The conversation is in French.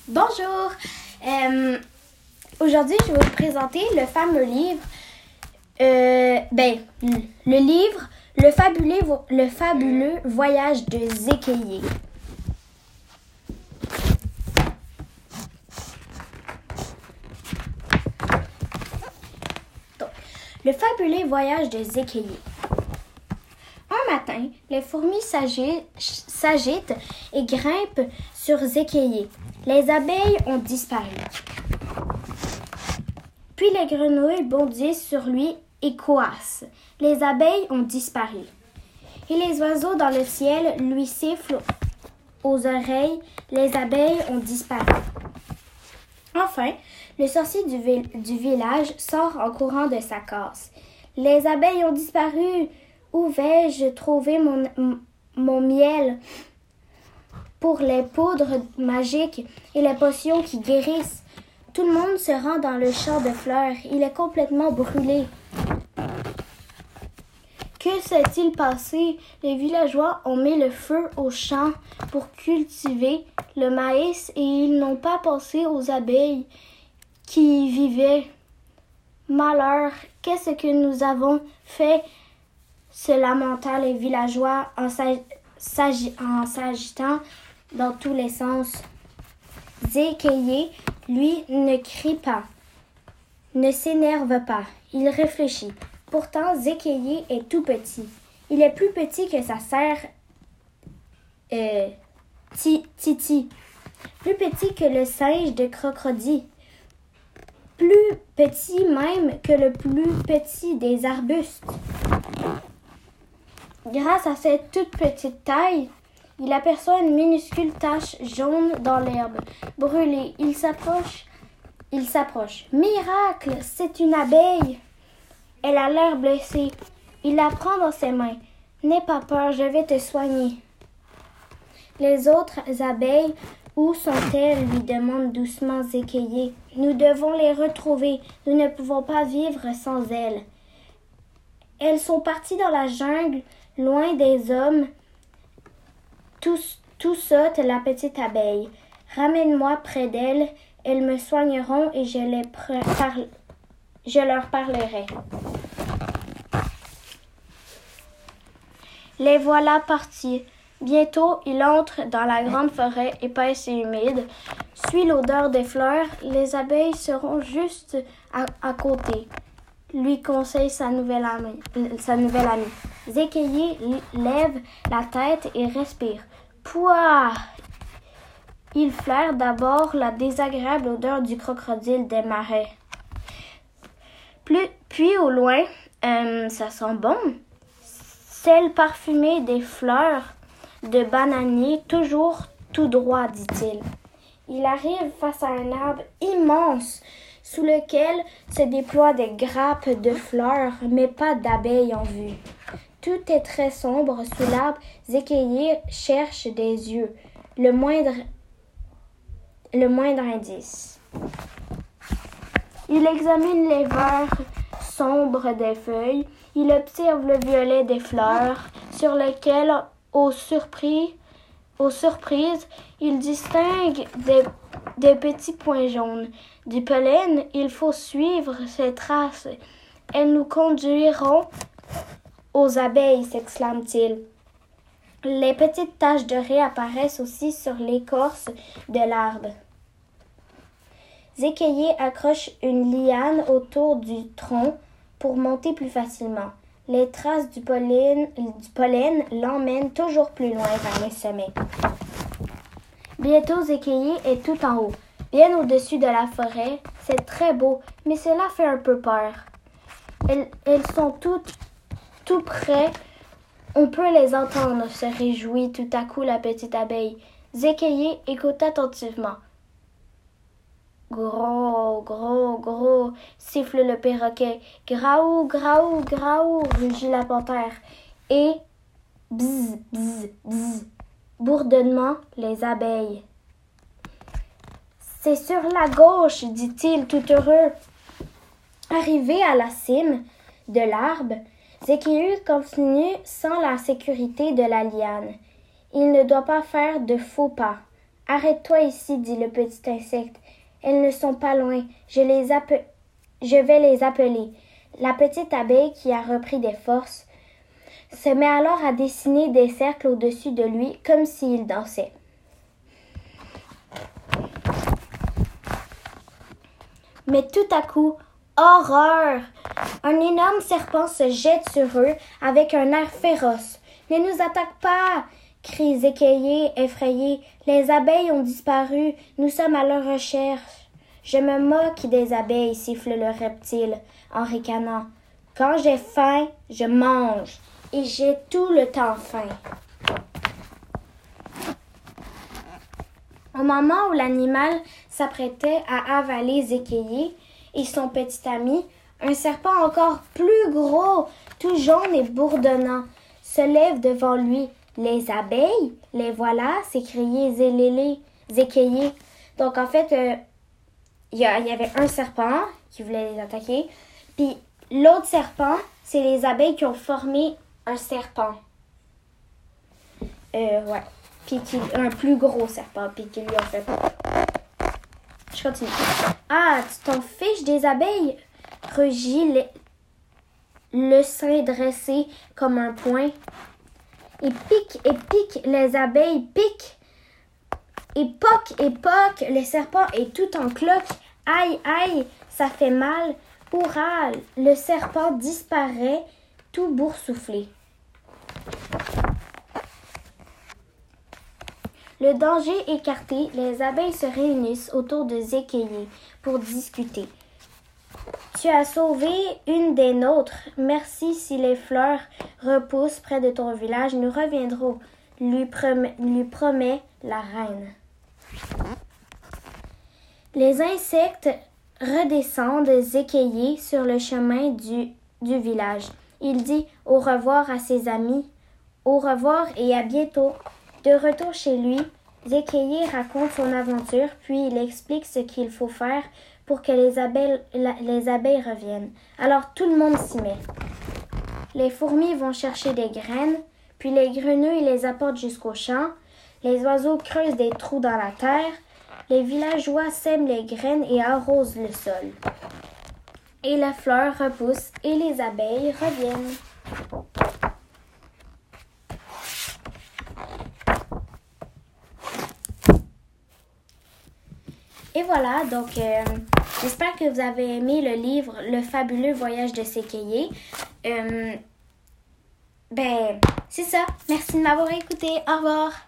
Bonjour! Aujourd'hui, je vais vous présenter le fameux livre, le livre Le fabuleux voyage de Zékéié. Donc, le fabuleux voyage de Zékéié. Un matin, les fourmis s'agitent et grimpent sur Zékéié. Les abeilles ont disparu. Puis les grenouilles bondissent sur lui et coassent. Les abeilles ont disparu. Et les oiseaux dans le ciel lui sifflent aux oreilles. Les abeilles ont disparu. Enfin, le sorcier du village sort en courant de sa case. Les abeilles ont disparu. Où vais-je trouver mon miel pour les poudres magiques et les potions qui guérissent? Tout le monde se rend dans le champ de fleurs. Il est complètement brûlé. Que s'est-il passé? Les villageois ont mis le feu au champ pour cultiver le maïs et ils n'ont pas pensé aux abeilles qui y vivaient. Malheur, qu'est-ce que nous avons fait? Se lamenta les villageois en s'agitant dans tous les sens. Zékéié, lui, ne crie pas, ne s'énerve pas. Il réfléchit. Pourtant, Zékéié est tout petit. Il est plus petit que sa sœur Titi, plus petit que le singe de Crocodile, plus petit même que le plus petit des arbustes. Grâce à cette toute petite taille, il aperçoit une minuscule tache jaune dans l'herbe brûlée. Il s'approche. Miracle, c'est une abeille. Elle a l'air blessée. Il la prend dans ses mains. N'aie pas peur, je vais te soigner. Les autres abeilles, où sont-elles? Lui demande doucement Zékéié. Nous devons les retrouver. Nous ne pouvons pas vivre sans elles. Elles sont parties dans la jungle, loin des hommes. Tout saute la petite abeille. Ramène-moi près d'elles, elles me soigneront et je leur parlerai. Les voilà partis. Bientôt, il entre dans la grande forêt épaisse et humide. Suit l'odeur des fleurs, les abeilles seront juste à côté. Lui conseille sa nouvelle amie. Zékéié lève la tête et respire. Pouah! Il flaire d'abord la désagréable odeur du crocodile des marais. Puis au loin, ça sent bon. Celle parfumée des fleurs de bananier, toujours tout droit, dit-il. Il arrive face à un arbre immense sous lequel se déploient des grappes de fleurs, mais pas d'abeilles en vue. Tout est très sombre sous l'arbre. Zékéié cherche des yeux, le moindre indice. Il examine les verts sombres des feuilles. Il observe le violet des fleurs, sur lesquelles, aux surprises, il distingue des petits points jaunes. Du pollen, il faut suivre ces traces. Elles nous conduiront aux abeilles, s'exclame-t-il. Les petites taches dorées apparaissent aussi sur l'écorce de l'arbre. Zékéié accroche une liane autour du tronc pour monter plus facilement. Les traces du pollen l'emmènent toujours plus loin vers le sommet. Bientôt, Zékéié est tout en haut, bien au-dessus de la forêt. C'est très beau, mais cela fait un peu peur. Elles sont toutes tout près. On peut les entendre, se réjouit tout à coup la petite abeille. Zékéié écoute attentivement. Gros, gros, gros, siffle le perroquet. Graou, graou, graou, rugit la panthère. Et bzz, bzz, bzz, bourdonnement, les abeilles. C'est sur la gauche, dit-il tout heureux. Arrivé à la cime de l'arbre, Zékéié continue sans la sécurité de la liane. Il ne doit pas faire de faux pas. Arrête-toi ici, dit le petit insecte. Elles ne sont pas loin. Je vais les appeler. La petite abeille, qui a repris des forces, se met alors à dessiner des cercles au-dessus de lui comme s'il dansait. Mais tout à coup, horreur! Un énorme serpent se jette sur eux avec un air féroce. « Ne nous attaque pas! » crient écueillés, effrayés. « Les abeilles ont disparu. Nous sommes à leur recherche. » « Je me moque des abeilles, siffle le reptile en ricanant. « Quand j'ai faim, je mange. Et j'ai tout le temps faim. » Au moment où l'animal s'apprêtait à avaler Zékéié et son petit ami, un serpent encore plus gros, tout jaune et bourdonnant, se lève devant lui. « Les abeilles, les voilà !» s'écriait Zékéié. Donc en fait, il y avait un serpent qui voulait les attaquer, puis l'autre serpent, c'est les abeilles qui ont formé un serpent. Ouais. Puis un plus gros serpent, puis qui lui ont fait peur. Je continue. « Ah, tu t'en fiches des abeilles? » rugit le sein dressé comme un poing. Et pique, les abeilles piquent. Et poc, le serpent est tout en cloque. Aïe, aïe, ça fait mal. Hurrah, le serpent disparaît, tout boursouflé. Le danger écarté, les abeilles se réunissent autour de Zékéié pour discuter. « Tu as sauvé une des nôtres. Merci, si les fleurs repoussent près de ton village, nous reviendrons, lui promet la reine. » Les insectes redescendent Zékéié sur le chemin du village. Il dit au revoir à ses amis. Au revoir et à bientôt. De retour chez lui, Zékéié raconte son aventure, puis il explique ce qu'il faut faire pour que les abeilles reviennent. Alors tout le monde s'y met. Les fourmis vont chercher des graines, puis les grenouilles les apportent jusqu'au champ. Les oiseaux creusent des trous dans la terre. Les villageois sèment les graines et arrosent le sol. Et les fleurs repoussent et les abeilles reviennent. Et voilà, donc j'espère que vous avez aimé le livre Le fabuleux voyage de Zékéié. C'est ça. Merci de m'avoir écouté. Au revoir.